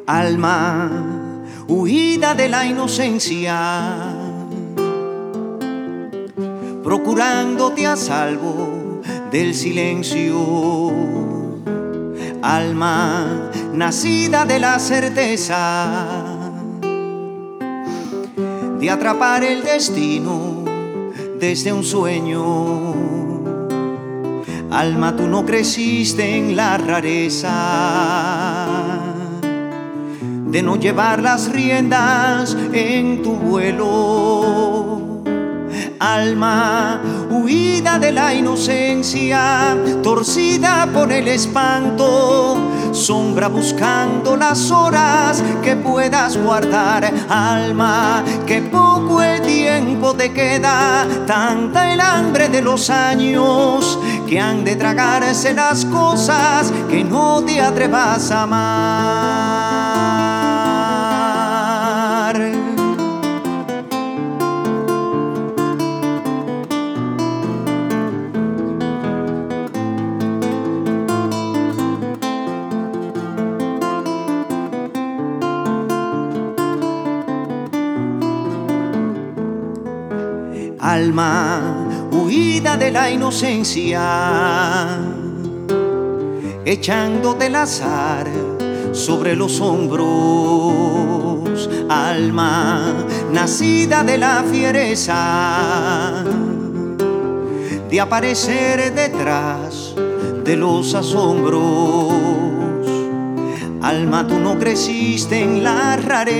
Alma, huida de la inocencia, procurándote a salvo del silencio. Alma, nacida de la certeza de atrapar el destino desde un sueño. Alma, tú no creciste en la rareza de no llevar las riendas en tu vuelo. Alma, huida de la inocencia, torcida por el espanto, sombra buscando las horas que puedas guardar. Alma, que poco el tiempo te queda, tanta el hambre de los años que han de tragarse las cosas que no te atrevas a amar. Alma, huida de la inocencia, echándote el azar sobre los hombros. Alma, nacida de la fiereza de aparecer detrás de los asombros. Alma, tú no creciste en la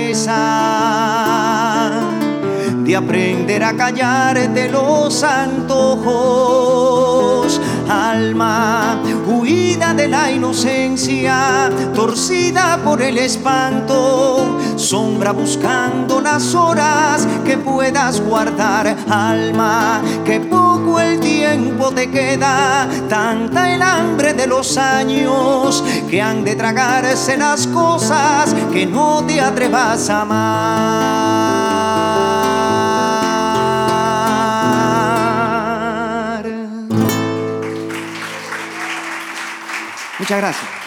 rareza de aprender a callar de los antojos. Alma, huida de la inocencia, torcida por el espanto, sombra buscando las horas que puedas guardar. Alma, que poco el tiempo te queda, tanta el hambre de los años que han de tragarse las cosas que no te atrevas a amar. Muchas gracias.